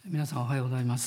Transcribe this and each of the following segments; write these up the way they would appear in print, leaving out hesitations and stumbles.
皆さんおはようございます。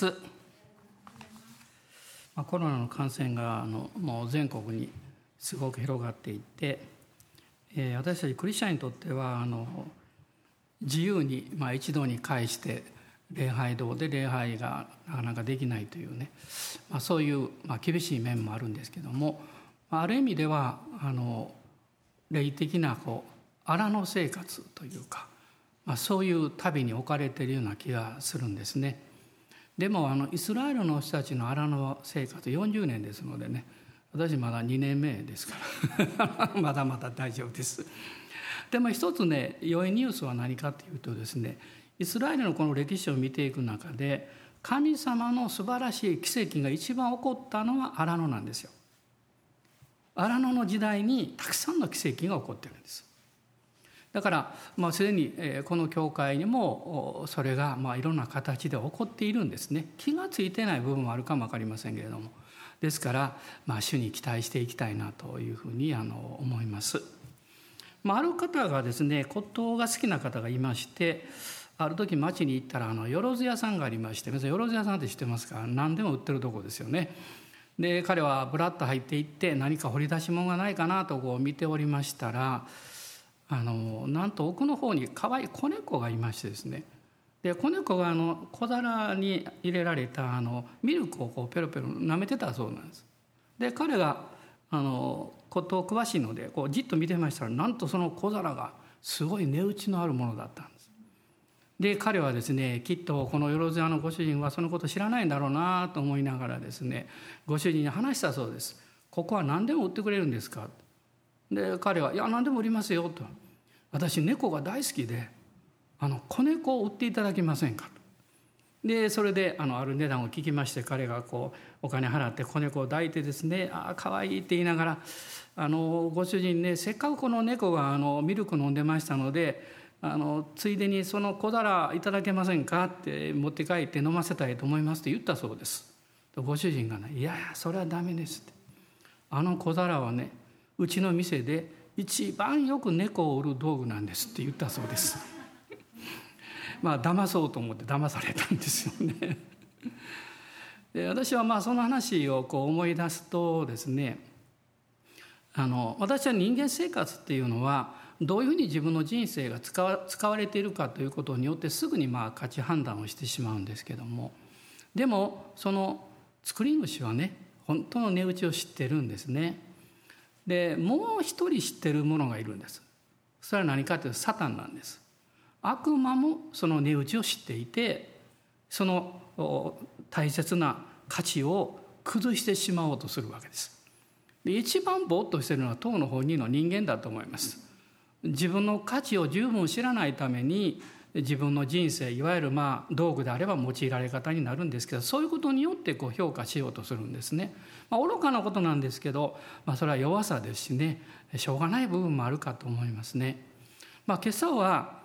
コロナの感染がもう全国にすごく広がっていて、私たちクリスチャンにとっては自由に一堂に会して礼拝堂で礼拝がなかなかできないというね、そういう厳しい面もあるんですけども、ある意味では霊的な荒野生活というか、そういう旅に置かれているような気がするんですね。でもイスラエルの人たちの荒野生活40年ですのでね、私まだ2年目ですからまだまだ大丈夫です。でも一つね、良いニュースは何かというとですね、イスラエルのこの歴史を見ていく中で神様の素晴らしい奇跡が一番起こったのは荒野なんですよ。荒野の時代にたくさんの奇跡が起こってるんです。だからすでにこの教会にもそれがいろんな形で起こっているんですね。気がついてない部分もあるかも分かりませんけれども、ですから主に期待していきたいなというふうに思います。ある方がですね、骨董が好きな方がいまして、ある時町に行ったらよろず屋さんがありまして、皆さんよろず屋さんって知ってますか？何でも売ってるとこですよね。で彼はブラッと入っていって何か掘り出し物がないかなと見ておりましたら、なんと奥の方に可愛い子猫がいましてですね、で子猫が小皿に入れられたミルクをペロペロ舐めてたそうなんです。で彼が骨董詳しいのでじっと見てましたら、なんとその小皿がすごい値打ちのあるものだったんです。で彼はですね、きっとこのよろず屋のご主人はそのこと知らないんだろうなと思いながらですね、ご主人に話したそうです。ここは何でも売ってくれるんですか？で彼は、いや何でも売りますよと、私猫が大好きで子猫を売っていただけませんかと。でそれである値段を聞きまして、彼がお金払って子猫を抱いてですね、可愛いって言いながら、ご主人ね、せっかくこの猫がミルク飲んでましたのでついでにその小皿いただけませんかって持って帰って飲ませたいと思いますって言ったそうです。ご主人がね、いやいやそれはダメですって、小皿はね、うちの店で一番よく猫を売る道具なんですって言ったそうです。騙そうと思って騙されたんですよね。で私はその話を思い出すとですね、私は人間生活っていうのはどういうふうに自分の人生が使われているかということによってすぐに価値判断をしてしまうんですけども、でもその作り主はね、本当の値打ちを知ってるんですね。でもう一人知ってるものがいるんです。それは何かというとサタンなんです。悪魔もその値打ちを知っていて、その大切な価値を崩してしまおうとするわけです。で一番ぼーっとしているのは当の本人の人間だと思います。自分の価値を十分知らないために自分の人生、いわゆる道具であれば用いられ方になるんですけど、そういうことによって評価しようとするんですね。愚かなことなんですけど、それは弱さですしね、しょうがない部分もあるかと思いますね。今朝は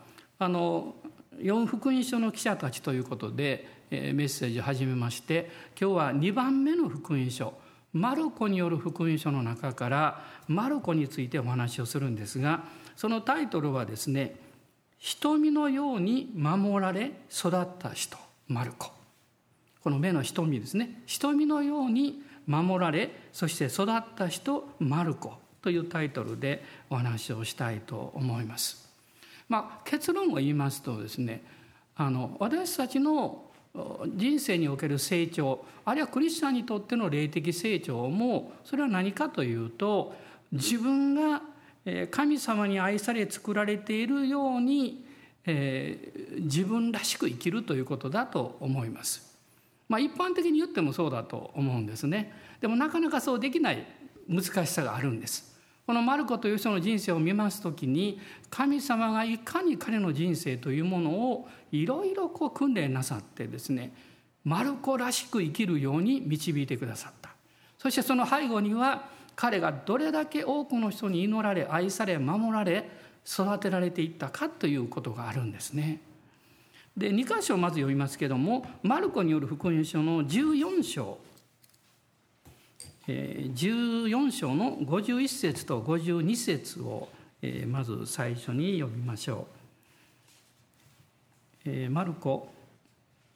4福音書の記者たちということでメッセージを始めまして、今日は2番目の福音書、マルコによる福音書の中からマルコについてお話をするんですが、そのタイトルはですね、瞳のように守られ育った人マルコ。この目の瞳ですね、瞳のように守られそして育った人マルコというタイトルでお話をしたいと思います。結論を言いますとですね、私たちの人生における成長、あるいはクリスチャンにとっての霊的成長も、それは何かというと、自分が神様に愛され作られているように自分らしく生きるということだと思います。一般的に言ってもそうだと思うんですね。でもなかなかそうできない難しさがあるんです。このマルコという人の人生を見ますときに、神様がいかに彼の人生というものをいろいろ訓練なさってですね、マルコらしく生きるように導いてくださった。そしてその背後には彼がどれだけ多くの人に祈られ愛され守られ育てられていったかということがあるんですね。で2箇所まず読みますけども、マルコによる福音書の14章14章の51節と52節をまず最初に読みましょう。マルコ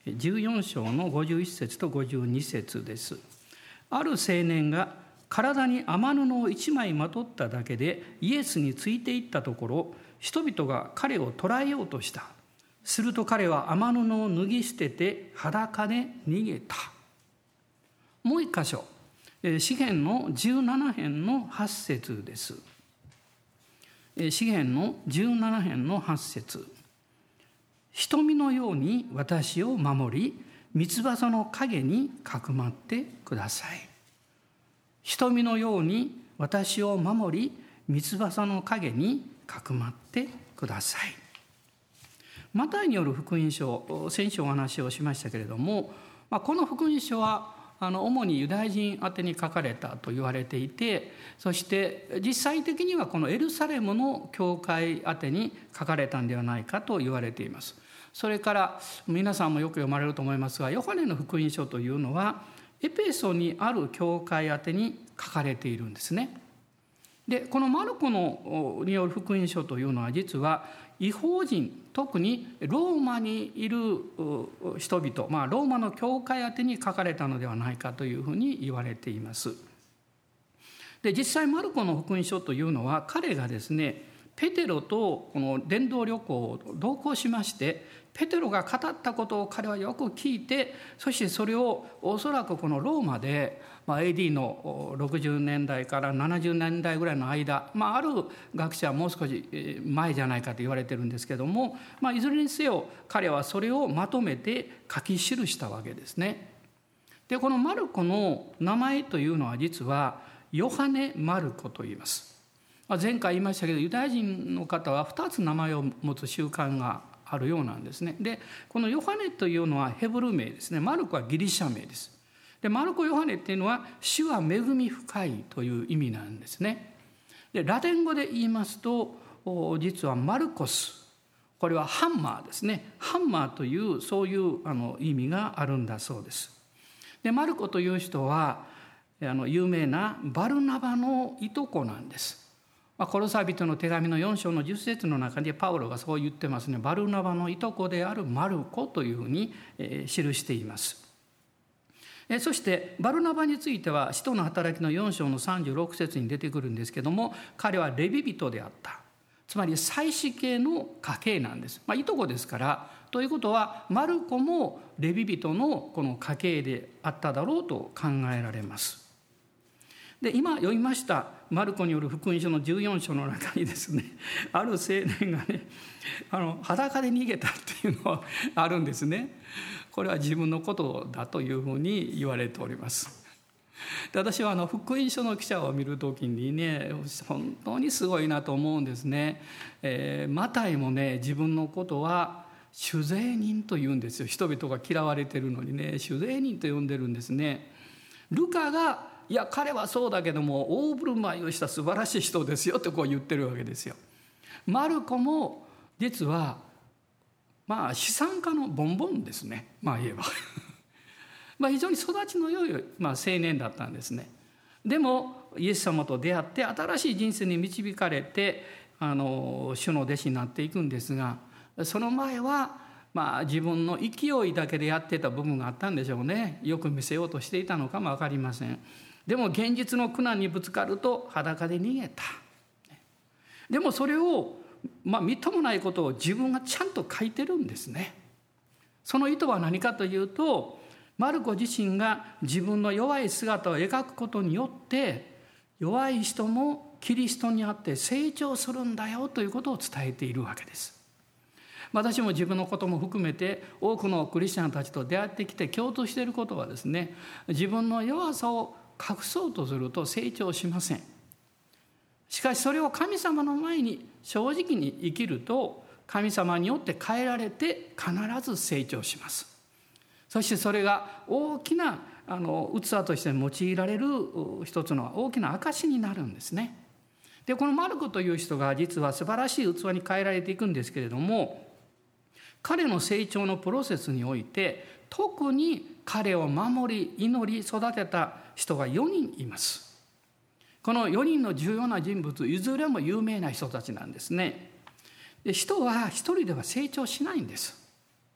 14章の51節と52節です。ある青年が体に雨布を1枚まとっただけでイエスについていったところ、人々が彼を捕らえようとした。すると彼は雨布を脱ぎ捨てて裸で逃げた。もう一箇所、詩編の17編の8節です。詩編の17編の8節。瞳のように私を守り、三翼の影にかくまってください。瞳のように私を守り、三翼の影にかくまってください。マタイによる福音書、先週お話をしましたけれども、この福音書は主にユダヤ人宛てに書かれたと言われていて、そして実際的にはこのエルサレムの教会宛てに書かれたんではないかと言われています。それから皆さんもよく読まれると思いますが、ヨハネの福音書というのはエペソにある教会宛てに書かれているんですね。でこのマルコによる福音書というのは、実は異邦人、特にローマにいる人々、ローマの教会宛てに書かれたのではないかというふうに言われています。で実際マルコの福音書というのは、彼がですねペテロとこの伝道旅行を同行しまして、ペテロが語ったことを彼はよく聞いて、そしてそれをおそらくこのローマで、AD の60年代から70年代ぐらいの間、ある学者はもう少し前じゃないかと言われてるんですけども、いずれにせよ彼はそれをまとめて書き記したわけですね。でこのマルコの名前というのは、実はヨハネ・マルコと言います。前回言いましたけど、ユダヤ人の方は2つ名前を持つ習慣があるようなんですね。でこのヨハネというのはヘブル名ですね。マルコはギリシャ名です。でマルコ・ヨハネっていうのは主は恵み深いという意味なんですね。でラテン語で言いますと、実はマルコス、これはハンマーですね。ハンマーというそういう意味があるんだそうです。でマルコという人は有名なバルナバのいとこなんです。コロサイ人の手紙の4章の10節の中でパウロがそう言ってますね。バルナバのいとこであるマルコというふうに記しています。そしてバルナバについては使徒の働きの4章の36節に出てくるんですけども、彼はレビ人であった。つまり祭司系の家系なんです。いとこですから、ということはマルコもレビ人のこの家系であっただろうと考えられます。で今読みましたマルコによる福音書の14章の中にですね、ある青年がね裸で逃げたっていうのはあるんですね。これは自分のことだというふうに言われております。で私は福音書の記者を見るときにね、本当にすごいなと思うんですね。マタイもね、自分のことは酒税人と言うんですよ。人々が嫌われてるのにね、酒税人と呼んでるんですね。ルカがいや彼はそうだけども大振る舞いをした素晴らしい人ですよってこう言ってるわけですよ。マルコも実は資産家のボンボンですね。言えば非常に育ちの良い青年だったんですね。でもイエス様と出会って新しい人生に導かれて主の弟子になっていくんですが、その前は自分の勢いだけでやってた部分があったんでしょうね。よく見せようとしていたのかも分かりません。でも現実の苦難にぶつかると裸で逃げた。でもそれをみっともないことを自分がちゃんと書いてるんですね。その意図は何かというと、マルコ自身が自分の弱い姿を描くことによって弱い人もキリストにあって成長するんだよということを伝えているわけです。私も自分のことも含めて多くのクリスチャンたちと出会ってきて共通していることはですね、自分の弱さを隠そうとすると成長しません。しかしそれを神様の前に正直に生きると、神様によって変えられて必ず成長します。そしてそれが大きな器として用いられる一つの大きな証になるんですね。でこのマルコという人が実は素晴らしい器に変えられていくんですけれども、彼の成長のプロセスにおいて特に彼を守り祈り育てた人が4人います。この4人の重要な人物、いずれも有名な人たちなんですね。で人は一人では成長しないんです。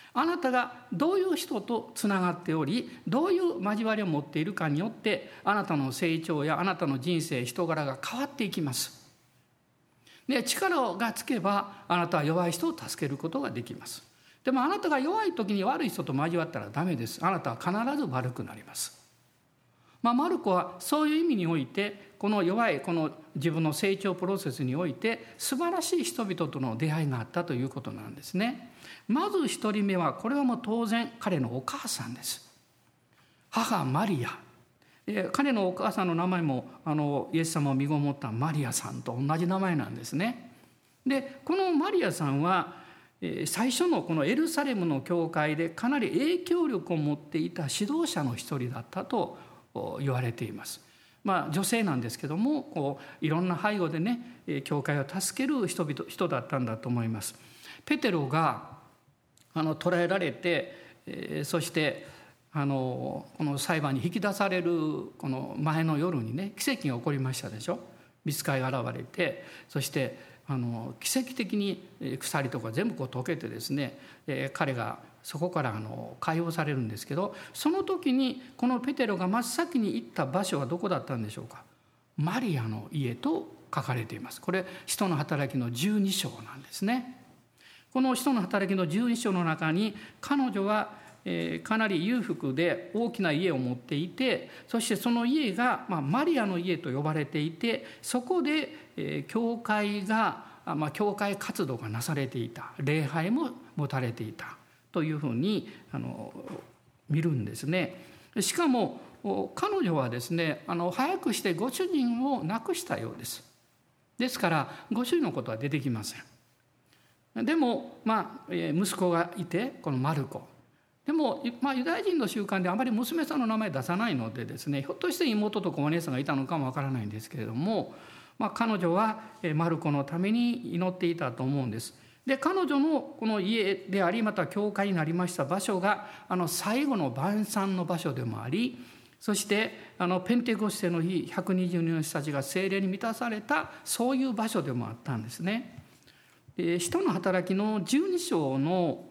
あなたがどういう人とつながっており、どういう交わりを持っているかによって、あなたの成長やあなたの人生、人柄が変わっていきます。で、力がつけばあなたは弱い人を助けることができます。でもあなたが弱い時に悪い人と交わったらダメです。あなたは必ず悪くなります。マルコはそういう意味において、この弱いこの自分の成長プロセスにおいて素晴らしい人々との出会いがあったということなんですね。まず一人目は、これはもう当然彼のお母さんです。母マリア。彼のお母さんの名前もイエス様を身ごもったマリアさんと同じ名前なんですね。で、このマリアさんは最初のこのエルサレムの教会でかなり影響力を持っていた指導者の一人だったと言われています。女性なんですけども、いろんな背後でね、教会を助ける人だったんだと思います。ペテロが捕らえられて、そしてこの裁判に引き出されるこの前の夜にね、奇跡が起こりましたでしょ。御使いが現れて、そして奇跡的に鎖とか全部解けてですね、彼がそこから解放されるんですけど、その時にこのペテロが真っ先に行った場所はどこだったんでしょうか。マリアの家と書かれています。これ使徒の働きの12章なんですね。この使徒の働きの12章の中に、彼女はかなり裕福で大きな家を持っていて、そしてその家がマリアの家と呼ばれていて、そこで教会活動がなされていた、礼拝も持たれていたというふうに見るんですね。しかも彼女はですね、早くしてご主人を亡くしたようです。ですからご主人のことは出てきません。でも息子がいて、このマルコでも、ユダヤ人の習慣であまり娘さんの名前出さないのでですね、ひょっとして妹とかお姉さんがいたのかもわからないんですけれども、彼女はマルコのために祈っていたと思うんです。で、彼女のこの家であり、また教会になりました場所が最後の晩餐の場所でもあり、そしてペンテコステの日、120人の人たちが聖霊に満たされた、そういう場所でもあったんですね。使徒の働きの12章の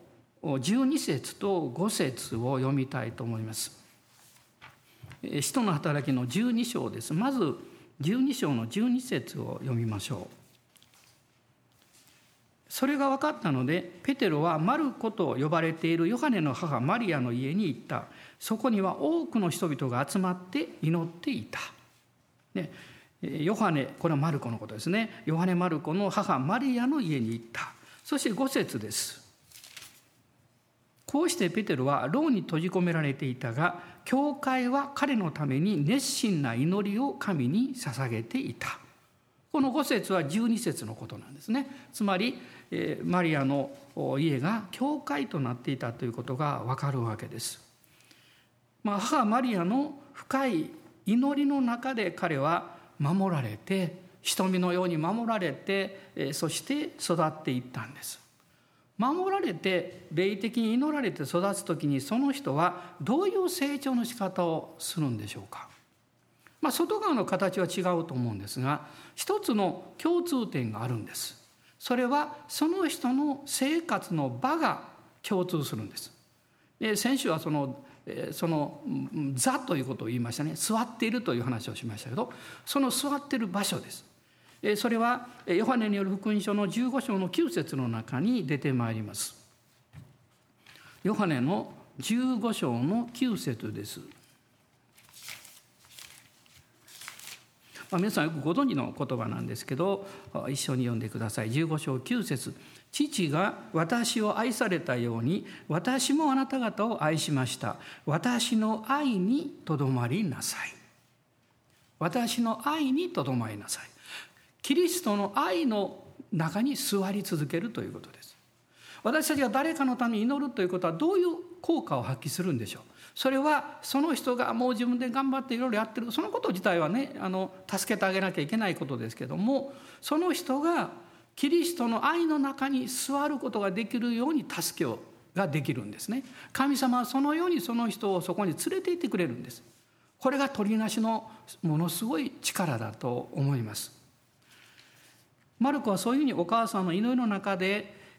12節と5節を読みたいと思います。使徒の働きの12章です。まず12章の12節を読みましょう。それが分かったので、ペテロはマルコと呼ばれているヨハネの母マリアの家に行った。そこには多くの人々が集まって祈っていた。ヨハネ、これはマルコのことですね。ヨハネ・マルコの母マリアの家に行った。そして5節です。こうしてペテロは牢に閉じ込められていたが、教会は彼のために熱心な祈りを神に捧げていた。この5節は12節のことなんですね。つまりマリアの家が教会となっていたということがわかるわけです。母マリアの深い祈りの中で彼は守られて、瞳のように守られて、そして育っていったんです。守られて霊的に祈られて育つときに、その人はどういう成長の仕方をするんでしょうか。外側の形は違うと思うんですが、一つの共通点があるんです。それはその人の生活の場が共通するんです。先週はその座ということを言いましたね。座っているという話をしましたけど、その座っている場所です。それはヨハネによる福音書の15章の9節の中に出てまいります。ヨハネの15章の9節です。皆さんよくご存知の言葉なんですけど、一緒に読んでください。15章9節。父が私を愛されたように、私もあなた方を愛しました。私の愛にとどまりなさい。私の愛にとどまりなさい。キリストの愛の中に座り続けるということです。私たちが誰かのために祈るということはどういう効果を発揮するんでしょう。それはその人がもう自分で頑張っていろいろやってる、そのこと自体はね、助けてあげなきゃいけないことですけども、その人がキリストの愛の中に座ることができるように助けができるんですね。神様はそのようにその人をそこに連れて行ってくれるんです。これが取りなしのものすごい力だと思います。マルコはそういうふうにお母さんの祈りの中で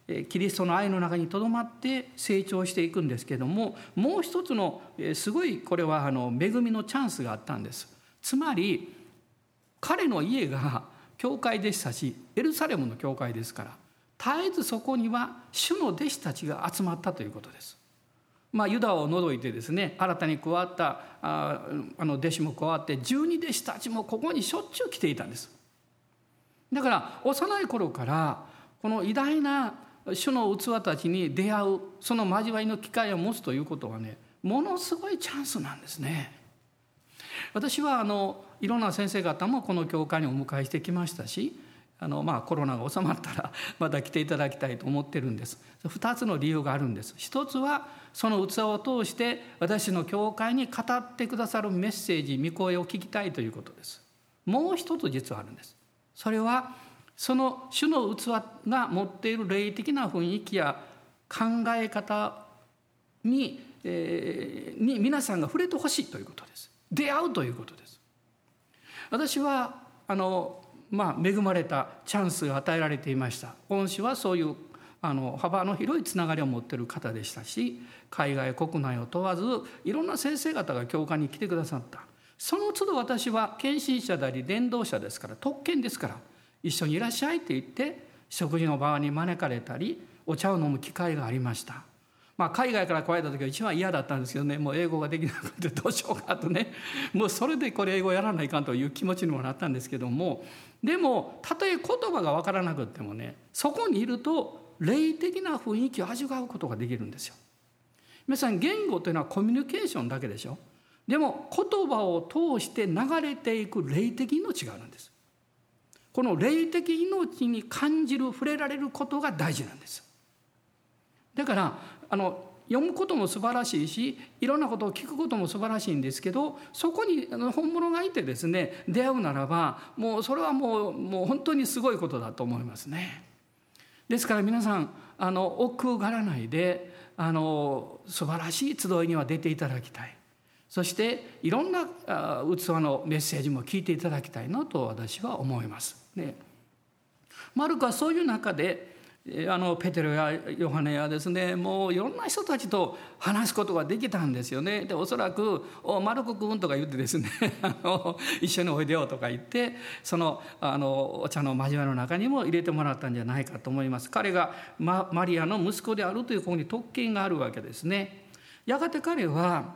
キリストの愛の中にとどまって成長していくんですけれども、もう一つのすごいこれは恵みのチャンスがあったんです。つまり彼の家が教会でしたし、エルサレムの教会ですから、絶えずそこには主の弟子たちが集まったということです。ユダを除いてですね、新たに加わった弟子も加わって12弟子たちもここにしょっちゅう来ていたんです。だから幼い頃からこの偉大な主の器たちに出会う、その交わりの機会を持つということはね、ものすごいチャンスなんですね。私はいろんな先生方もこの教会にお迎えしてきましたし、コロナが収まったらまた来ていただきたいと思ってるんです。2つの理由があるんです。一つはその器を通して私の教会に語ってくださるメッセージ、御声を聞きたいということです。もう一つ実はあるんです。それはその主の器が持っている霊的な雰囲気や考え方に皆さんが触れてほしいということです。出会うということです。私は恵まれたチャンスが与えられていました。恩師はそういう幅の広いつながりを持っている方でしたし、海外国内を問わずいろんな先生方が教会に来てくださった。その都度私は献身者であり伝道者ですから、特権ですから、一緒にいらっしゃいって言って食事の場に招かれたりお茶を飲む機会がありました。海外から来られた時は一番嫌だったんですけどね、もう英語ができなくてどうしようかとね、もうそれでこれ英語やらないかんという気持ちにもなったんですけども、でもたとえ言葉が分からなくってもね、そこにいると霊的な雰囲気を味わうことができるんですよ。皆さん、言語というのはコミュニケーションだけでしょ。でも言葉を通して流れていく霊的命があるんです。この霊的命に感じる、触れられることが大事なんです。だから読むことも素晴らしいし、いろんなことを聞くことも素晴らしいんですけど、そこに本物がいてですね、出会うならばもうそれはもう本当にすごいことだと思いますね。ですから皆さん億劫がらないで素晴らしい集いには出ていただきたい。そしていろんな器のメッセージも聞いていただきたいなと私は思いますね。マルコはそういう中でペテロやヨハネやですね、もういろんな人たちと話すことができたんですよね。でおそらく「マルコ君」とか言ってですね一緒においでよとか言ってそのお茶の交わりの中にも入れてもらったんじゃないかと思います。彼がマリアの息子であるというここに特権があるわけですね。やがて彼は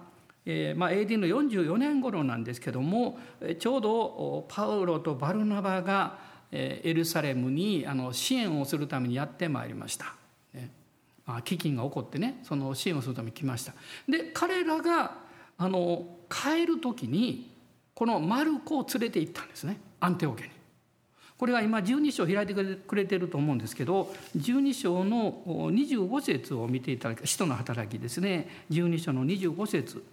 AD の44年頃なんですけども、ちょうどパウロとバルナバがエルサレムに支援をするためにやってまいりました。飢饉が起こってね、その支援をするために来ました。で彼らが帰る時にこのマルコを連れて行ったんですね、アンテオ家に。これは今12章開いてくれてると思うんですけど、12章の25節を見ていただき、使徒の働きですね、12章の25節、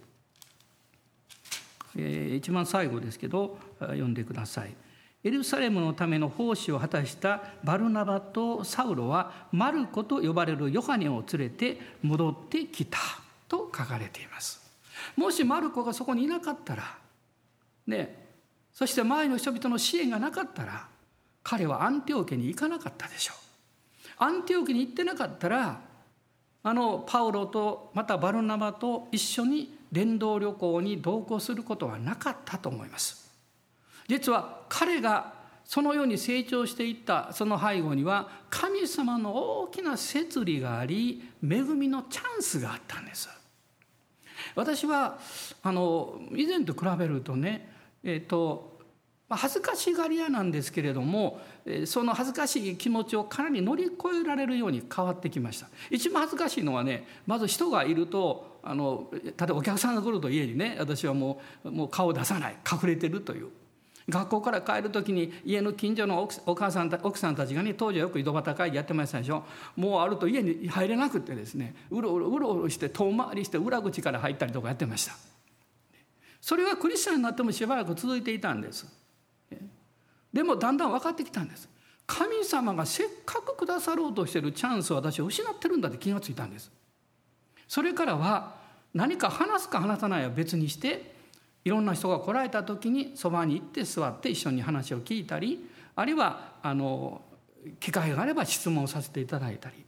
一番最後ですけど読んでください。エルサレムのための奉仕を果たしたバルナバとサウロはマルコと呼ばれるヨハネを連れて戻ってきたと書かれています。もしマルコがそこにいなかったらね、そして周りの人々の支援がなかったら彼はアンティオ家に行かなかったでしょう。アンティオ家に行ってなかったらパウロとまたバルナバと一緒に伝道旅行に同行することはなかったと思います。実は彼がそのように成長していったその背後には神様の大きな摂理があり、恵みのチャンスがあったんです。私は以前と比べるとね、恥ずかしがり屋なんですけれども、その恥ずかしい気持ちをかなり乗り越えられるように変わってきました。一番恥ずかしいのはね、まず人がいると例えばお客さんが来ると家にね、私はもう顔を出さない、隠れてるという。学校から帰る時に家の近所の奥さんたちがね、当時はよく井戸端会議やってましたでしょ。もうあると家に入れなくてですね、うろうろして遠回りして裏口から入ったりとかやってました。それはクリスチャンになってもしばらく続いていたんです。でもだんだん分かってきたんです。神様がせっかくくださろうとしているチャンスを私は失ってるんだって気がついたんです。それからは何か話すか話さないは別にして、いろんな人が来られた時にそばに行って座って一緒に話を聞いたり、あるいは機会があれば質問させていただいたり、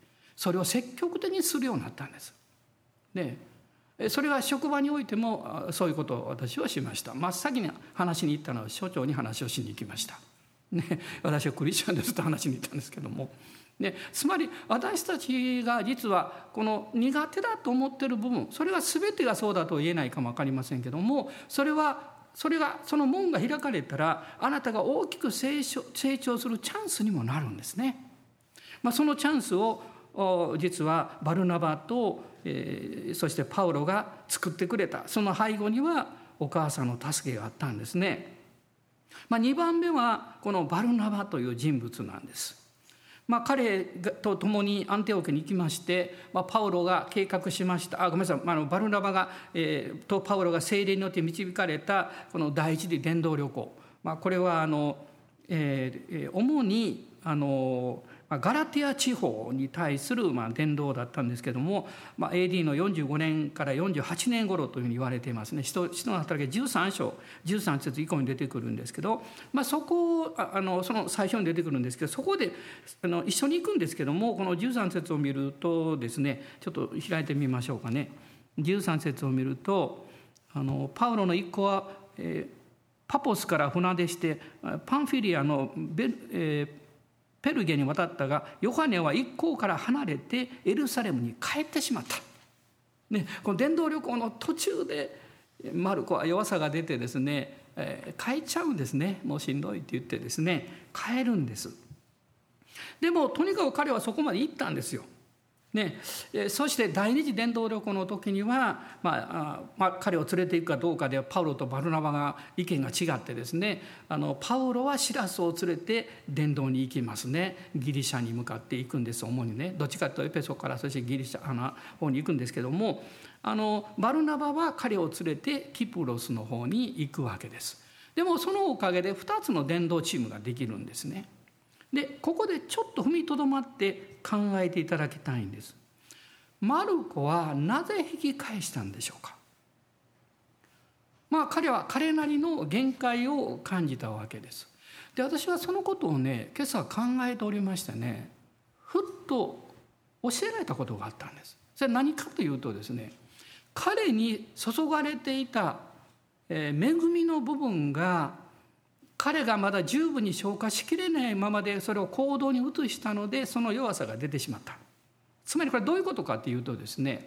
それを積極的にするようになったんです。でそれは職場においてもそういうことを私はしました。真っ先に話しに行ったのは所長に話をしに行きました。私はクリスチャンですと話しに行ったんですけども、つまり私たちが実はこの苦手だと思っている部分、それは全てがそうだとは言えないかも分かりませんけども、その門が開かれたらあなたが大きく成長するチャンスにもなるんですね。そのチャンスを実はバルナバと、そしてパウロが作ってくれた。その背後にはお母さんの助けがあったんですね。2番目はこのバルナバという人物なんです。彼と共にアンテオケに行きまして、パウロが計画しました。ごめんなさい、バルナバが、とパウロが聖霊によって導かれたこの第一次伝道旅行、これは主にガラテヤ地方に対する伝道だったんですけども、AD の45年から48年頃というふうに言われていますね。使徒の働き13章13節以降に出てくるんですけど、その最初に出てくるんですけど、そこで一緒に行くんですけども、この13節を見るとですね、ちょっと開いてみましょうかね。13節を見ると、パウロの一行は、パポスから船出してパンフィリアのペルゲに渡ったが、ヨハネは一行から離れてエルサレムに帰ってしまった。この伝道旅行の途中でマルコは弱さが出てですね、帰っちゃうんですね。もうしんどいって言ってですね、帰るんです。でもとにかく彼はそこまで行ったんですよ。そして第二次伝道旅行の時には、彼を連れて行くかどうかでパウロとバルナバが意見が違ってですね、パウロはシラスを連れて伝道に行きますね。ギリシャに向かって行くんです。主にね、どっちかというとエペソからそしてギリシャの方に行くんですけども、バルナバは彼を連れてキプロスの方に行くわけです。でもそのおかげで2つの伝道チームができるんですね。でここでちょっと踏みとどまって考えていただきたいんです。マルコはなぜ引き返したんでしょうか。彼は彼なりの限界を感じたわけです。で私はそのことをね、今朝考えておりましてね、ふっと教えられたことがあったんです。それは何かというとですね、彼に注がれていた恵みの部分が彼がまだ十分に消化しきれないままでそれを行動に移したので、その弱さが出てしまった。つまりこれどういうことかというとですね、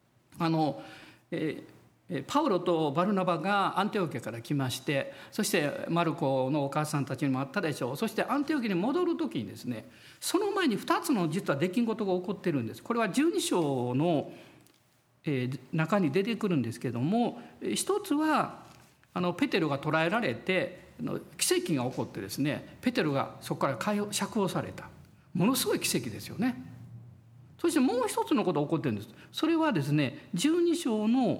パウロとバルナバがアンテオケから来まして、そしてマルコのお母さんたちにもあったでしょう。そしてアンテオケに戻る時にですね、その前に2つの実は出来事が起こっているんです。これは12章の中に出てくるんですけども、一つはペテロが捕らえられて奇跡が起こってですね、ペテロがそこから釈放された。ものすごい奇跡ですよね。そしてもう一つのことが起こってるんです。それはですね、12章の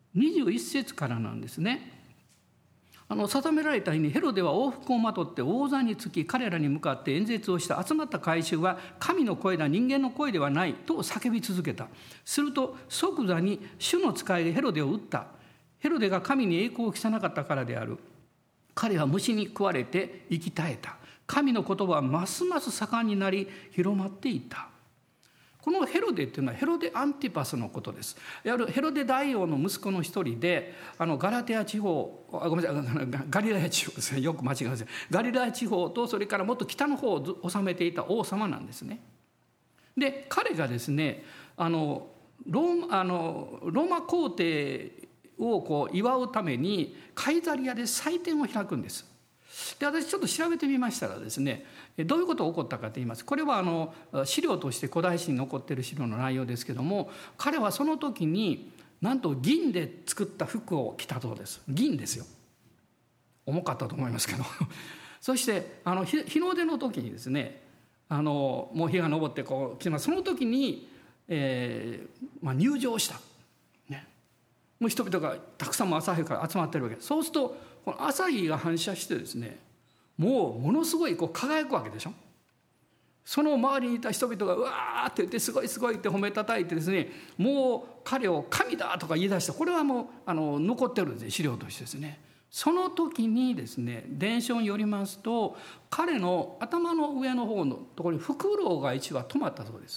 21節からなんですね。定められた日にヘロデは王服をまとって王座につき、彼らに向かって演説をした。集まった会衆は神の声だ、人間の声ではないと叫び続けた。すると即座に主の使いでヘロデを撃った。ヘロデが神に栄光を期さなかったからである。彼は虫に食われて生き絶えた。神の言葉はますます盛んになり広まっていった。このヘロデっていうのはヘロデ・アンティパスのことです。ヘロデ大王の息子の一人で、ガラテヤ地方、ごめんなさい、ガリラヤ地方ですね、よく間違えます。ガリラヤ地方とそれからもっと北の方を治めていた王様なんですね。で彼がですね、ローマ皇帝を祝うためにカイザリアで祭典を開くんです。で私ちょっと調べてみましたらですね、どういうことが起こったかと言います。これは資料として古代史に残っている資料の内容ですけども、彼はその時になんと銀で作った服を着たそうです。銀ですよ。重かったと思いますけどそして日の出の時にですね、もう日が昇って来てます。その時に、入場した、もう人々がたくさんも朝早くから集まってるわけです。そうするとこの朝日が反射してですね、ものすごい輝くわけでしょ。その周りにいた人々がうわーって言ってすごいすごいって褒めたたいてですね、もう彼を神だとか言い出した。これはもう残ってるんですね、資料としてですね。その時にですね、伝承によりますと彼の頭の上の方のところにフクロウが一羽止まったそうです。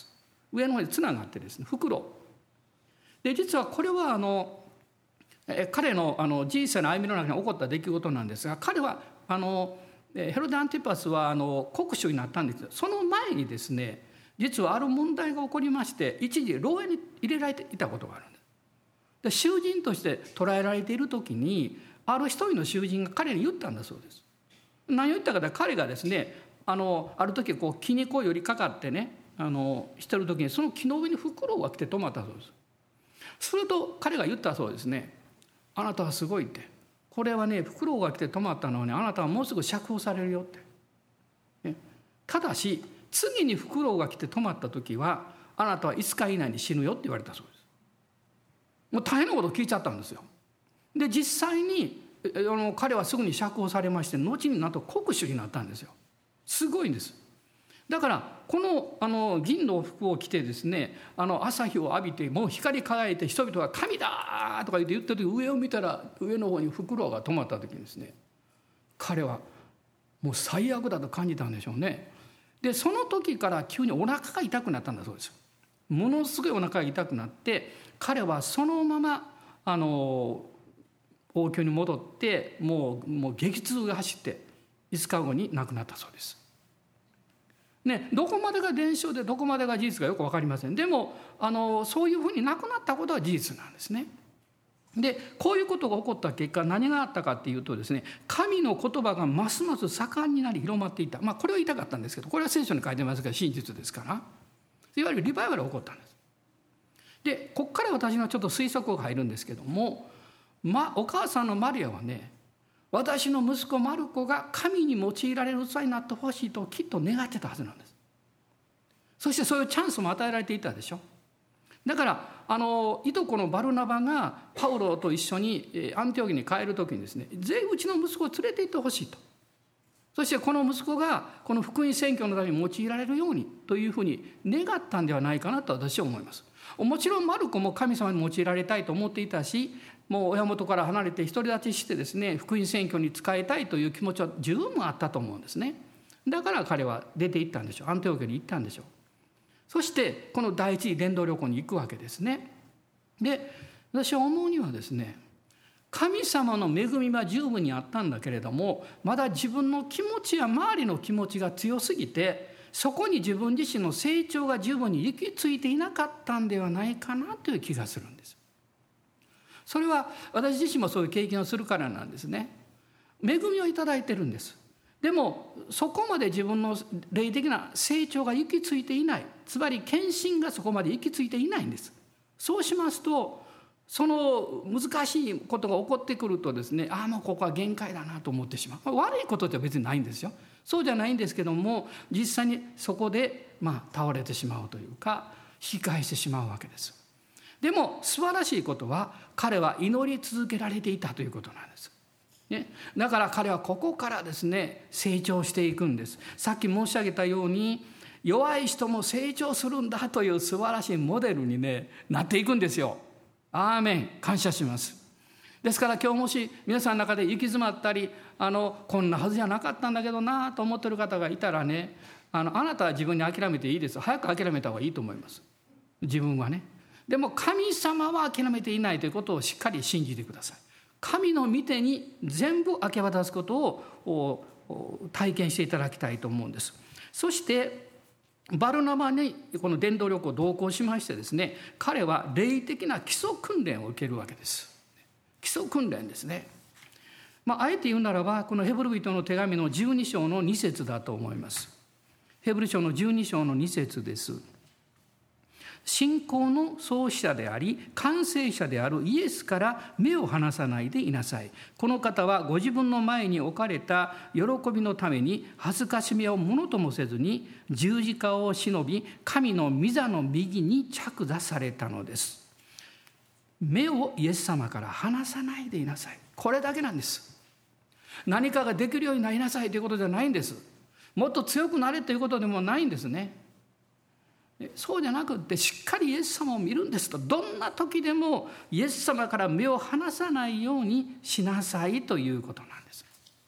上の方につながってですね、袋で、実はこれは彼の人生の歩みの中に起こった出来事なんですが、彼はヘロデ・アンティパスは国主になったんですけど、その前にですね、実はある問題が起こりまして、一時牢屋に入れられていたことがあるんです。で、囚人として捕らえられている時に、ある一人の囚人が彼に言ったんだそうです。何を言ったかというと、彼がですね、ある時木に寄りかかってね、してる時にその木の上にフクロウが来て止まったそうです。すると彼が言ったそうですね、あなたはすごいって、これはね、フクロウが来て止まったのはね、あなたはもうすぐ釈放されるよって、ね、ただし次にフクロウが来て止まった時はあなたは5日以内に死ぬよって言われたそうです。もう大変なことを聞いちゃったんですよ。で、実際に彼はすぐに釈放されまして、後になんと国主になったんですよ。すごいんです。だからこの銀の服を着てですね、朝日を浴びてもう光り輝いて人々が神だとか言ってる時、上を見たら上の方にフクロウが止まった時にですね、彼はもう最悪だと感じたんでしょうね。で、その時から急にお腹が痛くなったんだそうです。ものすごいお腹が痛くなって、彼はそのまま王居に戻ってもう激痛が走って5日後に亡くなったそうです。ね、どこまでが伝承でどこまでが事実かよく分かりません。でもそういうふうに亡くなったことは事実なんですね。で、こういうことが起こった結果、何があったかっていうとですね、神の言葉がますます盛んになり広まっていった。これを言いたかったんですけど、これは聖書に書いてますから真実ですから、いわゆるリバイバルが起こったんです。で、ここから私のちょっと推測が入るんですけども、お母さんのマリアはね、私の息子マルコが神に用いられる器になってほしいときっと願ってたはずなんです。そしてそういうチャンスも与えられていたでしょ。だからいとこのバルナバがパウロと一緒にアンティオキに帰る時にですね、ぜひうちの息子を連れて行ってほしいと。そしてこの息子がこの福音宣教のために用いられるようにというふうに願ったんではないかなと私は思います。もちろんマルコも神様に用いられたいと思っていたし、もう親元から離れて独り立ちしてですね、福音宣教に仕えたいという気持ちは十分あったと思うんですね。だから彼は出て行ったんでしょう。アンティオキに行ったんでしょう。そしてこの第一次伝道旅行に行くわけですね。で、私は思うにはですね、神様の恵みは十分にあったんだけれども、まだ自分の気持ちや周りの気持ちが強すぎて、そこに自分自身の成長が十分に行き着いていなかったんではないかなという気がするんです。それは私自身もそういう経験をするからなんですね。恵みをいただいてるんです。でもそこまで自分の霊的な成長が行き着いていない、つまり献身がそこまで行き着いていないんです。そうしますと、その難しいことが起こってくるとですね、もうここは限界だなと思ってしまう。悪いことでは別にないんですよ。そうじゃないんですけども、実際にそこで倒れてしまうというか、引き返してしまうわけです。でも素晴らしいことは、彼は祈り続けられていたということなんです。ね、だから彼はここからですね、成長していくんです。さっき申し上げたように、弱い人も成長するんだという素晴らしいモデルにね、なっていくんですよ。アーメン、感謝します。ですから今日もし皆さんの中で行き詰まったり、こんなはずじゃなかったんだけどなと思ってる方がいたらね、あなたは自分に諦めていいです。早く諦めた方がいいと思います。自分はね。でも神様は諦めていないということをしっかり信じてください。神の御手に全部明け渡すことを体験していただきたいと思うんです。そしてバルナバにこの伝道旅行を同行しましてですね、彼は霊的な基礎訓練を受けるわけです。基礎訓練ですね。あえて言うならば、このヘブル人の手紙の12章の2節だと思います。ヘブル書の12章の2節です。信仰の創始者であり完成者であるイエスから目を離さないでいなさい。この方はご自分の前に置かれた喜びのために恥ずかしめをものともせずに十字架を忍び、神の御座の右に着座されたのです。目をイエス様から離さないでいなさい。これだけなんです。何かができるようになりなさいということじゃないんです。もっと強くなれということでもないんですね。そうじゃなくって、しっかりイエス様を見るんですと、どんな時でもイエス様から目を離さないようにしなさいということなんです。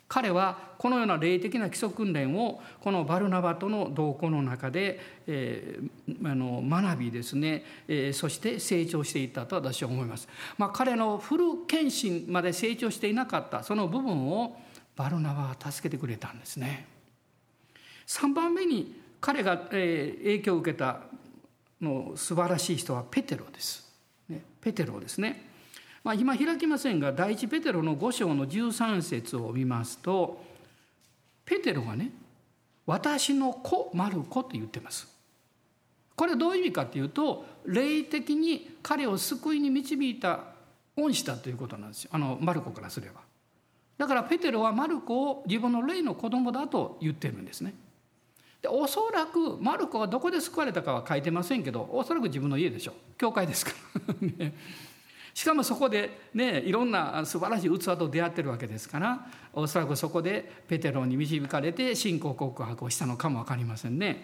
彼はこのような霊的な基礎訓練をこのバルナバとの同行の中で、学びですね、そして成長していったと私は思います。彼のフル献身まで成長していなかったその部分をバルナバは助けてくれたんですね。3番目に彼が影響を受けたの素晴らしい人はペテロです。ペテロですね。今開きませんが、第一ペテロの5章の13節を見ますと、ペテロがね、私の子マルコと言ってます。これはどういう意味かというと、霊的に彼を救いに導いた恩師だということなんですよ、マルコからすれば。だからペテロはマルコを自分の霊の子供だと言ってるんですね。でおそらくマルコがどこで救われたかは書いてませんけど、おそらく自分の家でしょう。教会ですからね。しかもそこでね、いろんな素晴らしい器と出会ってるわけですから、おそらくそこでペテロに導かれて信仰告白をしたのかも分かりませんね。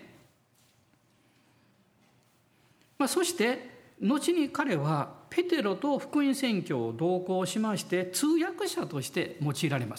そして後に彼はペテロと福音宣教を同行しまして、通訳者として用いられます。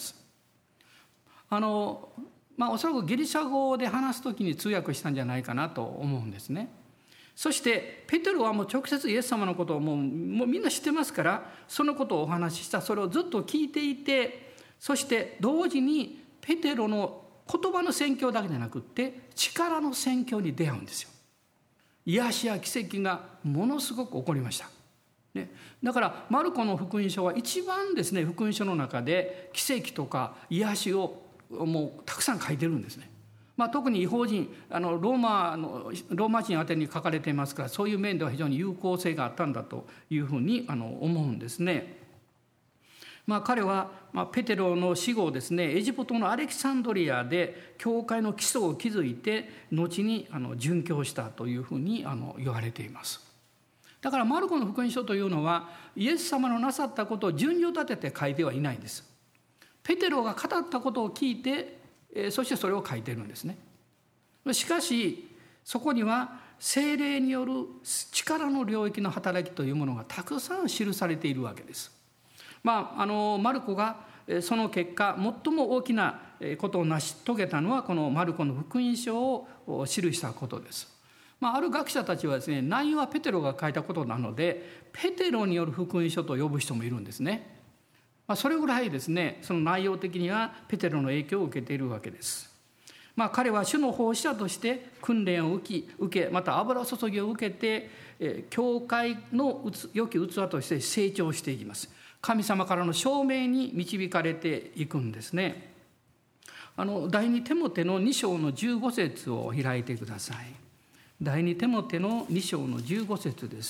おそらくギリシャ語で話すときに通訳したんじゃないかなと思うんですね。そしてペテロはもう直接イエス様のことをもうみんな知ってますから、そのことをお話しした、それをずっと聞いていて、そして同時にペテロの言葉の宣教だけじゃなくって力の宣教に出会うんですよ。癒しや奇跡がものすごく起こりました。だからマルコの福音書は一番ですね、福音書の中で奇跡とか癒しをもうたくさん書いてるんですね。特に異邦人ローマ人宛てに書かれていますから、そういう面では非常に有効性があったんだというふうに思うんですね。彼はペテロの死後ですね、エジプトのアレキサンドリアで教会の基礎を築いて、後に殉教したというふうに言われています。だからマルコの福音書というのはイエス様のなさったことを順序立てて書いてはいないんです。ペテロが語ったことを聞いて、そしてそれを書いてるんですね。しかしそこには聖霊による力の領域の働きというものがたくさん記されているわけです。マルコがその結果最も大きなことを成し遂げたのはこのマルコの福音書を記したことです。ある学者たちはですね、内容はペテロが書いたことなのでペテロによる福音書と呼ぶ人もいるんですね。それぐらいですね、その内容的にはペテロの影響を受けているわけです。彼は主の奉仕者として訓練を受け、また油注ぎを受けて、教会の良き器として成長していきます。神様からの証明に導かれていくんですね。第二テモテの2章の15節を開いてください。第二テモテの2章の15節です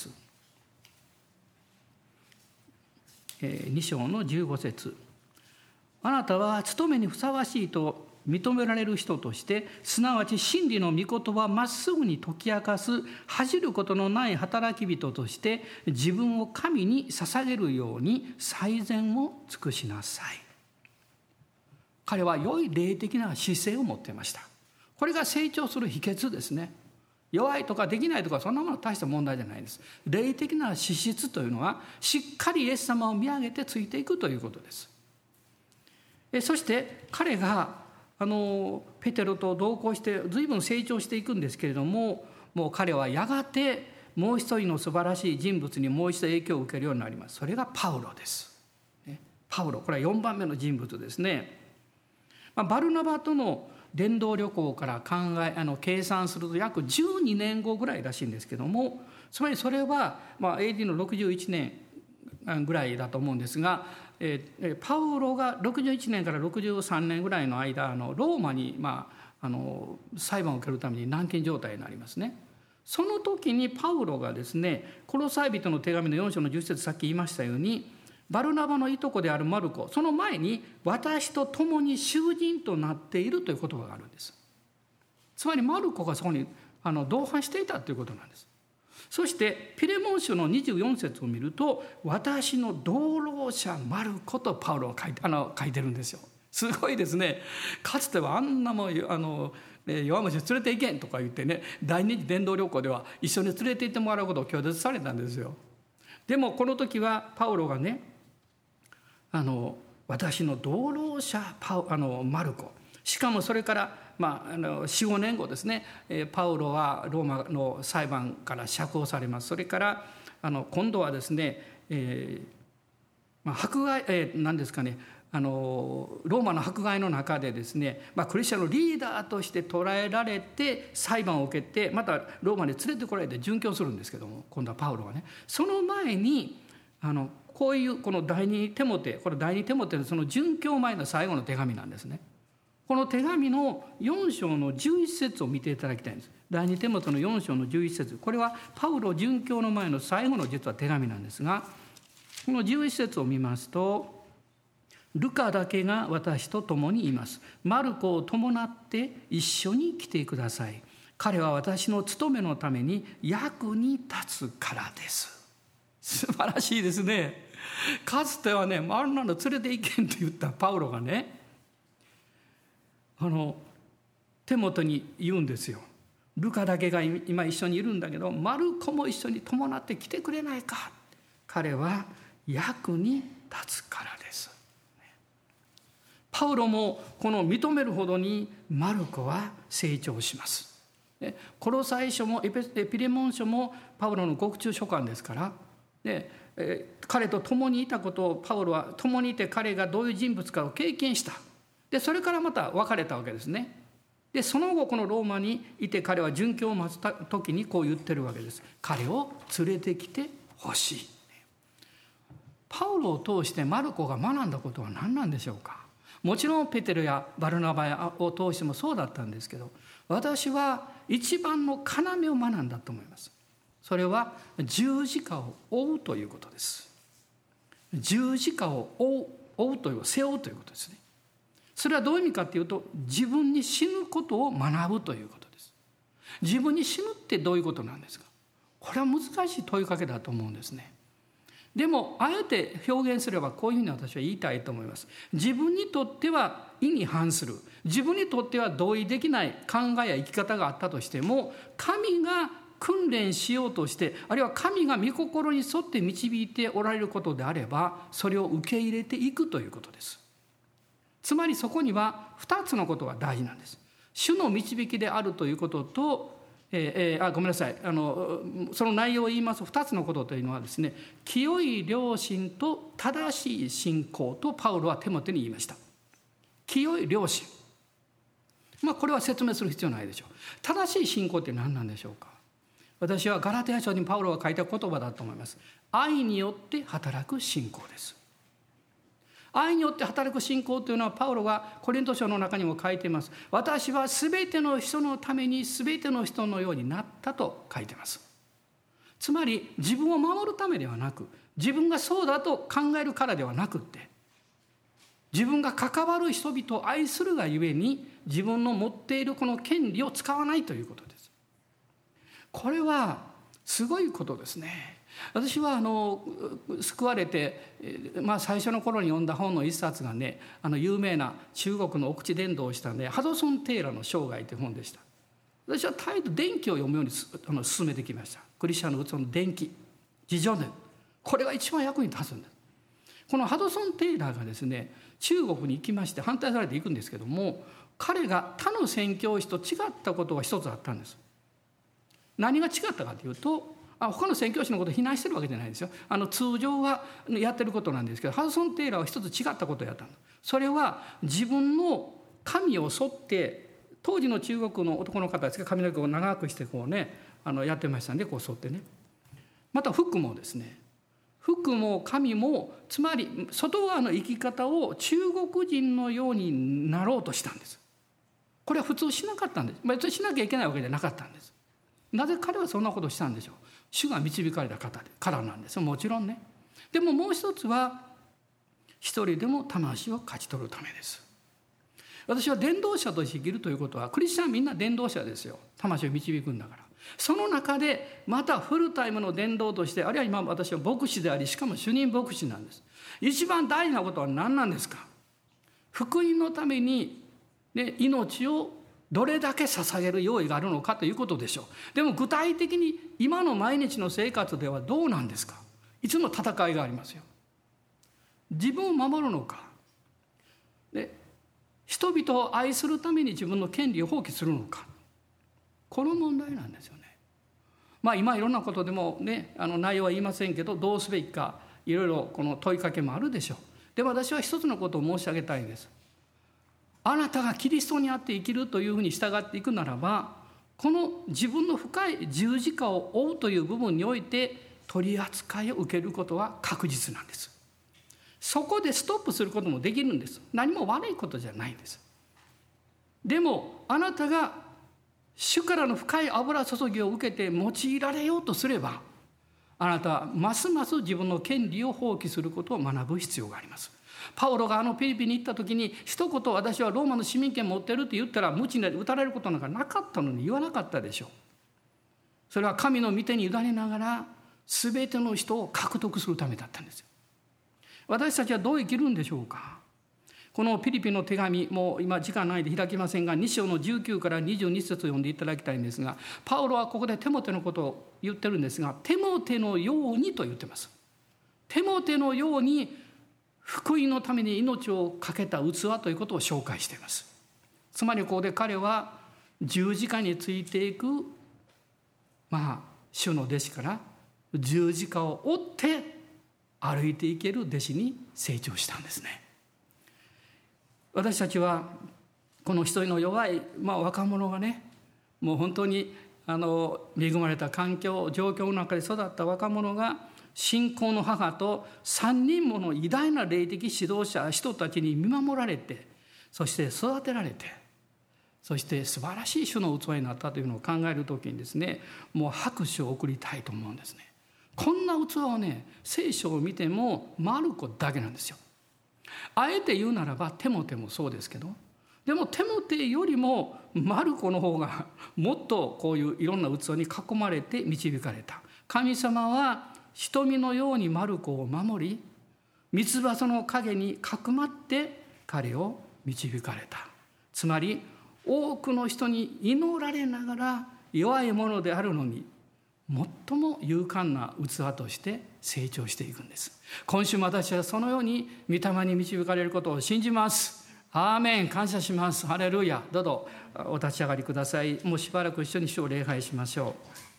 。2章の15節。あなたは務めにふさわしいと認められる人として、すなわち真理の御言葉をまっすぐに解き明かす恥じることのない働き人として自分を神に捧げるように最善を尽くしなさい。彼は良い霊的な姿勢を持っていました。これが成長する秘訣ですね。弱いとかできないとかそんなものは大した問題じゃないです。霊的な資質というのはしっかりイエス様を見上げてついていくということです。そして彼がペテロと同行して随分成長していくんですけれども、もう彼はやがてもう一人の素晴らしい人物にもう一度影響を受けるようになります。それがパウロです。パウロ、これは4番目の人物ですね。バルナバとの伝道旅行から計算すると約12年後ぐらいらしいんですけども、つまりそれはAD の61年ぐらいだと思うんですが、パウロが61年から63年ぐらいの間ローマに裁判を受けるために軟禁状態になりますね。その時にパウロがですね、コロサイ人の手紙の4章の10節、さっき言いましたように、バルナバのいとこであるマルコ、その前に私と共に囚人となっているという言葉があるんです。つまりマルコがそこに同伴していたということなんです。そしてピレモン書の24節を見ると、私の同労者マルコとパウロが書いてるんですよ。すごいですね。かつてはあんなもん弱虫連れて行けんとか言ってね、第二次伝道旅行では一緒に連れて行ってもらうことを拒絶されたんですよ。でもこの時はパウロがね、 私の同労者マルコ、しかもそれから4、5年後ですね、パウロはローマの裁判から釈放されます。それから今度はですね、迫害、何ですかね、ローマの迫害の中でですね、クリスチャンのリーダーとして捕らえられて裁判を受けて、またローマに連れてこられて殉教するんですけども、今度はパウロはね、その前にこういうこの第二テモテ、これ第二テモテのその殉教前の最後の手紙なんですね。この手紙の4章の11節を見ていただきたいんです。第二テモテの4章の11節、これはパウロ殉教の前の最後の実は手紙なんですが、この11節を見ますと、ルカだけが私と共にいます。マルコを伴って一緒に来てください。彼は私の務めのために役に立つからです。素晴らしいですね。かつてはね、あんなの連れて行けんと言ったパウロがね、テモテに言うんですよ。ルカだけが今一緒にいるんだけど、マルコも一緒に伴って来てくれないか。彼は役に立つからです。パウロもこの認めるほどにマルコは成長します。コロサイ書もエピレモン書もパウロの獄中書簡ですから、彼と共にいたことをパウロは共にいて彼がどういう人物かを経験した。でそれからまた別れたわけですね。でその後このローマにいて彼は殉教を待つ時にこう言ってるわけです。彼を連れてきてほしい。パウロを通してマルコが学んだことは何なんでしょうか。もちろんペテロやバルナバを通してもそうだったんですけど、私は一番の要を学んだと思います。それは十字架を追うということです。十字架を追うという背負うということですね。それはどういう意味かというと、自分に死ぬことを学ぶということです。自分に死ぬってどういうことなんですか。これは難しい問いかけだと思うんですね。でもあえて表現すればこういうふうに私は言いたいと思います。自分にとっては意に反する、自分にとっては同意できない考えや生き方があったとしても、神が訓練しようとして、あるいは神が御心に沿って導いておられることであれば、それを受け入れていくということです。つまりそこには2つのことが大事なんです。主の導きであるということと、ごめんなさい、その内容を言いますと2つのことというのはですね、清い良心と正しい信仰とパウロはテモテに言いました。清い良心、これは説明する必要ないでしょう。正しい信仰って何なんでしょうか。私はガラテヤ書にパウロが書いた言葉だと思います。愛によって働く信仰です。愛によって働く信仰というのはパウロがコリント書の中にも書いています。私はすべての人のためにすべての人のようになったと書いています。つまり自分を守るためではなく、自分がそうだと考えるからではなくって、自分が関わる人々を愛するがゆえに自分の持っているこの権利を使わないということです。これはすごいことですね。私は救われて、最初の頃に読んだ本の一冊がね、有名な中国の奥地伝道をしたね、ハドソン・テイラーの生涯という本でした。私は絶えず伝記を読むように進めてきました。クリスチャンの器の伝記、自叙伝、これが一番役に立つんです。このハドソン・テイラーがですね、中国に行きまして反対されていくんですけども、彼が他の宣教師と違ったことが一つあったんです。何が違ったかというと、他の宣教師のことを非難してるわけじゃないですよ。通常はやってることなんですけど、ハドソン・テイラーは一つ違ったことをやったんです。それは自分の髪を剃って、当時の中国の男の方ですが髪の毛を長くしてこうね、やってましたんで、こう剃ってね。また服もですね、服も髪も、つまり外側の生き方を中国人のようになろうとしたんです。これは普通しなかったんです。別にしなきゃいけないわけじゃなかったんです。なぜ彼はそんなことをしたんでしょう。主が導かれた方からなんですよ、もちろんね。でももう一つは、一人でも魂を勝ち取るためです。私は伝道者として生きるということは、クリスチャンみんな伝道者ですよ。魂を導くんだから。その中でまたフルタイムの伝道として、あるいは今私は牧師であり、しかも主任牧師なんです。一番大事なことは何なんですか。福音のために、命をどれだけ捧げる用意があるのかということでしょう。でも具体的に今の毎日の生活ではどうなんですか。いつも戦いがありますよ。自分を守るのか、 で、人々を愛するために自分の権利を放棄するのか、この問題なんですよね。今いろんなことでもね、内容は言いませんけど、どうすべきかいろいろこの問いかけもあるでしょう。でも私は一つのことを申し上げたいんです。あなたがキリストにあって生きるというふうに従っていくならば、この自分の深い十字架を負うという部分において取り扱いを受けることは確実なんです。そこでストップすることもできるんです。何も悪いことじゃないんです。でもあなたが主からの深い油注ぎを受けて用いられようとすれば、あなたはますます自分の権利を放棄することを学ぶ必要があります。パウロがフィリピンに行った時に一言私はローマの市民権持ってるって言ったら無知で撃たれることなんかなかったのに言わなかったでしょう。それは神の御手に委ねながら全ての人を獲得するためだったんですよ。私たちはどう生きるんでしょうか。このフィリピンの手紙、もう今時間ないで開きませんが、2章の19から22節を読んでいただきたいんですが、パウロはここでテモテのことを言ってるんですが、テモテのようにと言ってます。テモテのように福音のために命を懸けた器ということを紹介しています。つまりここで彼は十字架についていく主の弟子から十字架を追って歩いていける弟子に成長したんですね。私たちはこの一人の弱い、若者がね、もう本当に恵まれた環境状況の中で育った若者が信仰の母と3人もの偉大な霊的指導者人たちに見守られて、そして育てられて、そして素晴らしい主の器になったというのを考えるときにですね、もう拍手を送りたいと思うんですね。こんな器をね、聖書を見てもマルコだけなんですよ。あえて言うならばテモテもそうですけど、でもテモテよりもマルコの方がもっとこういういろんな器に囲まれて導かれた。神様は瞳のようにマルコを守り、三つ葉の影にかくまって彼を導かれた。つまり多くの人に祈られながら弱いものであるのに最も勇敢な器として成長していくんです。今週も私はそのように御霊に導かれることを信じます。アーメン。感謝します。ハレルヤ。どうぞお立ち上がりください。もうしばらく一緒に主を礼拝しましょう。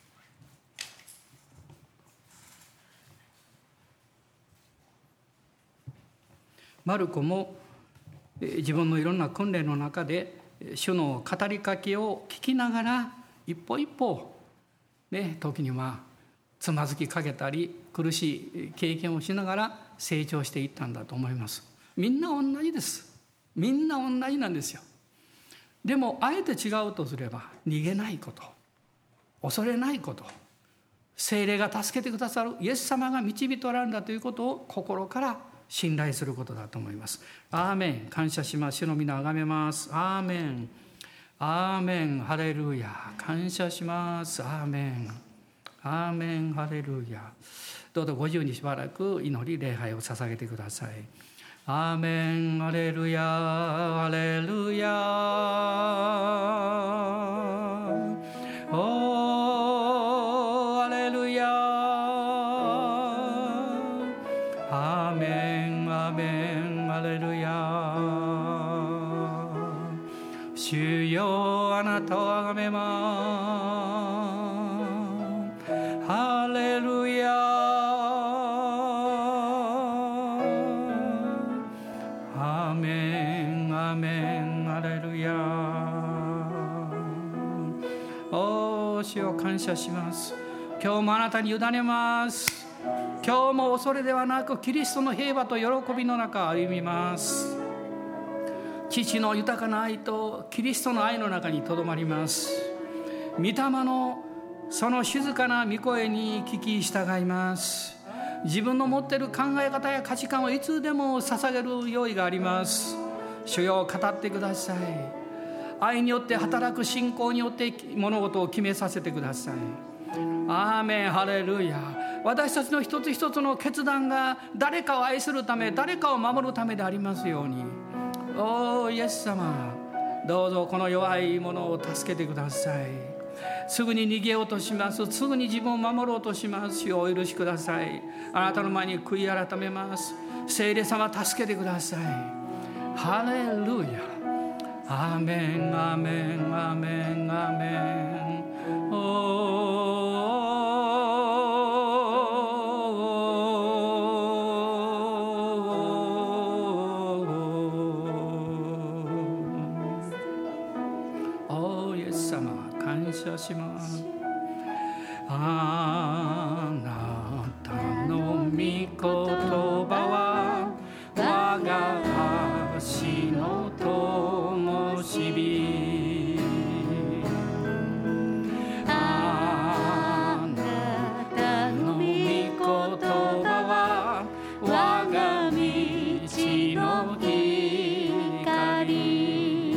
マルコも自分のいろんな訓練の中で主の語りかけを聞きながら一歩一歩時にはつまずきかけたり苦しい経験をしながら成長していったんだと思います。みんな同じです。みんな同じなんですよ。でもあえて違うとすれば、逃げないこと、恐れないこと、聖霊が助けてくださるイエス様が導いておられるんだということを心から信頼することだと思います。アーメン。感謝します。主の皆をあがめます。アーメン。アーメン。ハレルヤ。感謝します。アーメン。アーメン。ハレルヤ。どうぞご自由にしばらく祈り礼拝を捧げてください。アーメン。ハレルヤ。ハレルヤ。おー、ハレルヤ。アーメン。アーメン。ハレルヤ。主よ、あなたをあがめます。ハレルヤ。アーメン。アーメン。ハレルヤ。おー、主よ、感謝します。今日もあなたに委ねます。今日も恐れではなくキリストの平和と喜びの中歩みます。父の豊かな愛とキリストの愛の中にとどまります。御霊のその静かな御声に聞き従います。自分の持っている考え方や価値観をいつでも捧げる用意があります。主よ、語ってください。愛によって働く信仰によって物事を決めさせてください。アーメン。ハレルヤ。私たちの一つ一つの決断が誰かを愛するため、誰かを守るためでありますように。おー、イエス様、どうぞこの弱い者を助けてください。すぐに逃げようとします。すぐに自分を守ろうとします。主をお許しください。あなたの前に悔い改めます。聖霊様、助けてください。 ハレルヤ。アメンアメンアメンアメン。おイエス様感謝します。あなたの御言葉は我が足の灯火。あなたの御言葉は我が道の光。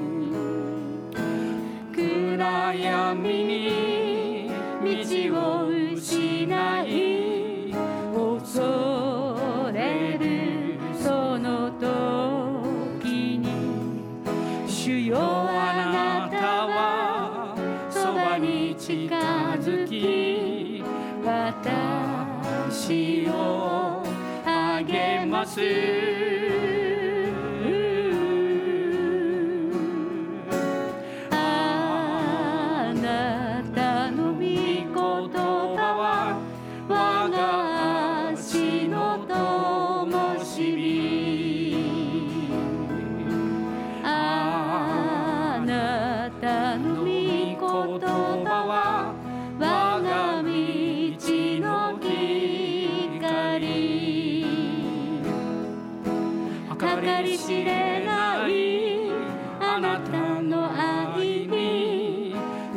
暗闇に道を失い恐れるその時に、主よあなたはそばに近づき私を励ます。計り知れないあなたの愛に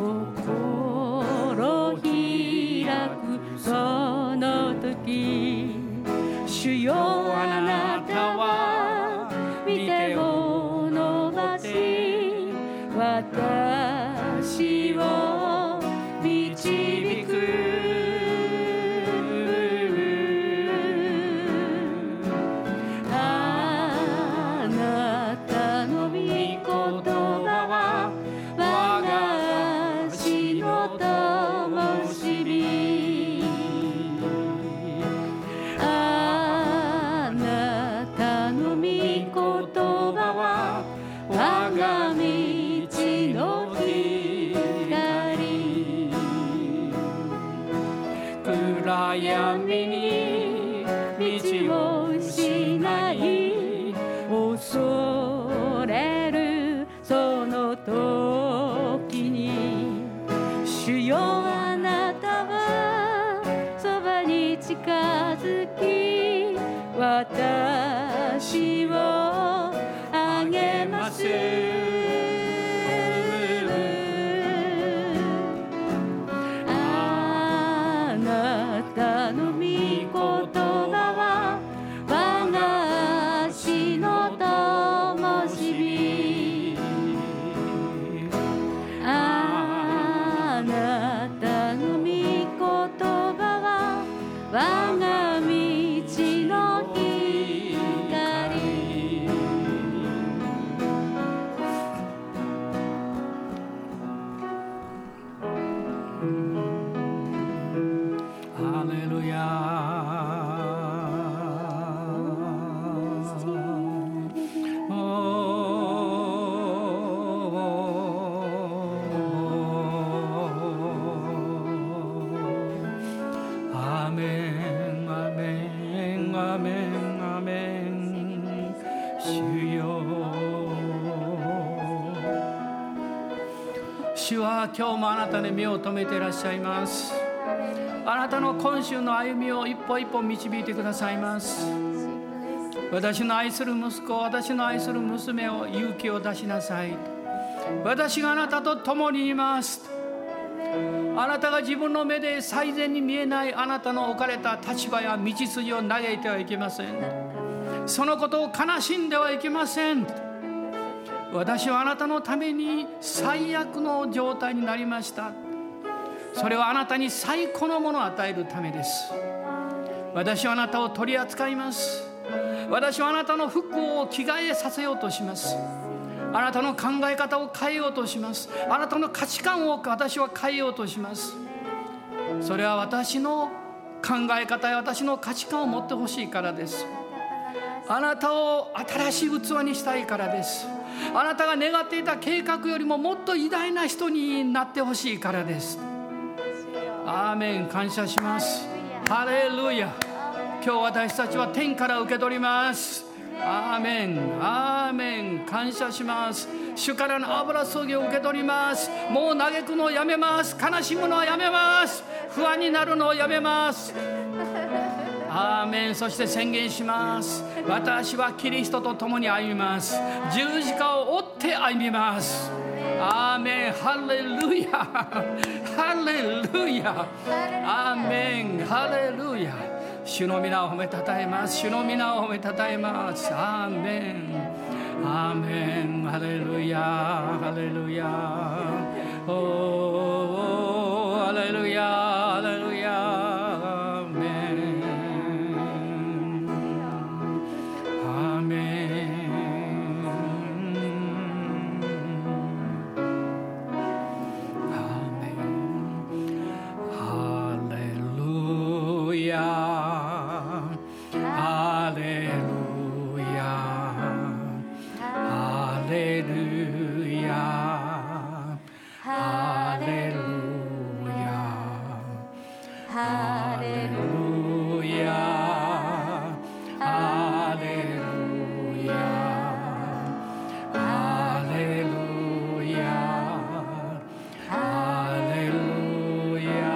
心開くその時、主よあなたは御手を伸ばし私を導く。暗闇に道を失い恐れるその時に、主よあなたはそばに近づき私を励ます。主は今日もあなたに目を留めていらっしゃいます。あなたの今週の歩みを一歩一歩導いてくださいます。私の愛する息子、私の愛する娘を勇気を出しなさい。私があなたと共にいます。あなたが自分の目で最善に見えないあなたの置かれた立場や道筋を嘆いてはいけません。そのことを悲しんではいけません。私はあなたのために最悪の状態になりました。それはあなたに最高のものを与えるためです。私はあなたを取り扱います。私はあなたの服を着替えさせようとします。あなたの考え方を変えようとします。あなたの価値観を私は変えようとします。それは私の考え方や私の価値観を持ってほしいからです。 あなたを新しい器にしたいからです。あなたが願っていた計画よりももっと偉大な人になってほしいからです。アーメン。感謝します。ハレルヤ。今日私たちは天から受け取ります。アーメン、アーメン。感謝します。主からの油注ぎを受け取ります。もう嘆くのをやめます。悲しむのはやめます。不安になるのをやめます。アーメン。そして宣言します。私はキリストと共に歩みます。十字架を追って歩みます。アーメン。ハレルヤ、ハレルヤ。アーメン。ハレルヤ。主の皆を褒めたたえます。主の皆を褒めたたえます。アーメン、アーメン。ハレルヤ、ハレルヤ。おー、ハレルヤ、ハレルヤ。アーメン、アーメン、アーメン。ハレルヤ。ハレルヤ、ハレルヤ、ハレルヤ、ハレルヤ、ハレルヤ、ハレルヤ、ハレルヤ。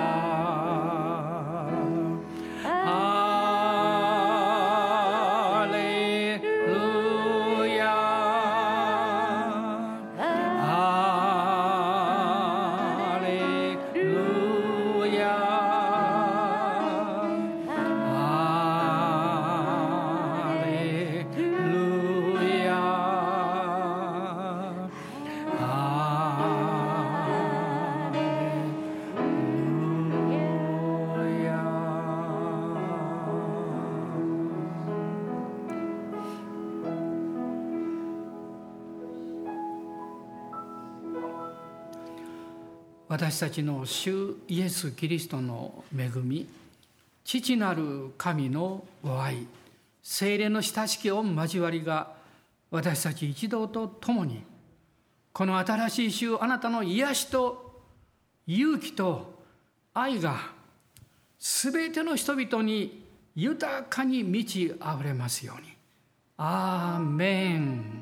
私たちの主イエス・キリストの恵み、父なる神のご愛、聖霊の親しき御交わりが私たち一同と共に、この新しい週、あなたの癒しと勇気と愛がすべての人々に豊かに満ちあふれますように。アーメン。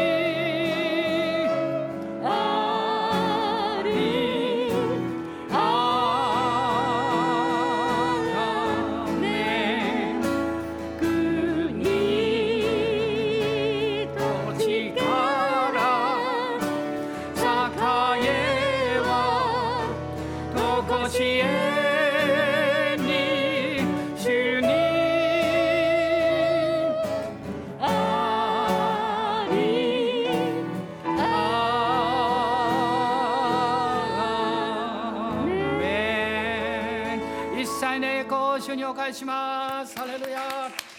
あ切の栄光を主にお返しします。ハレルヤ。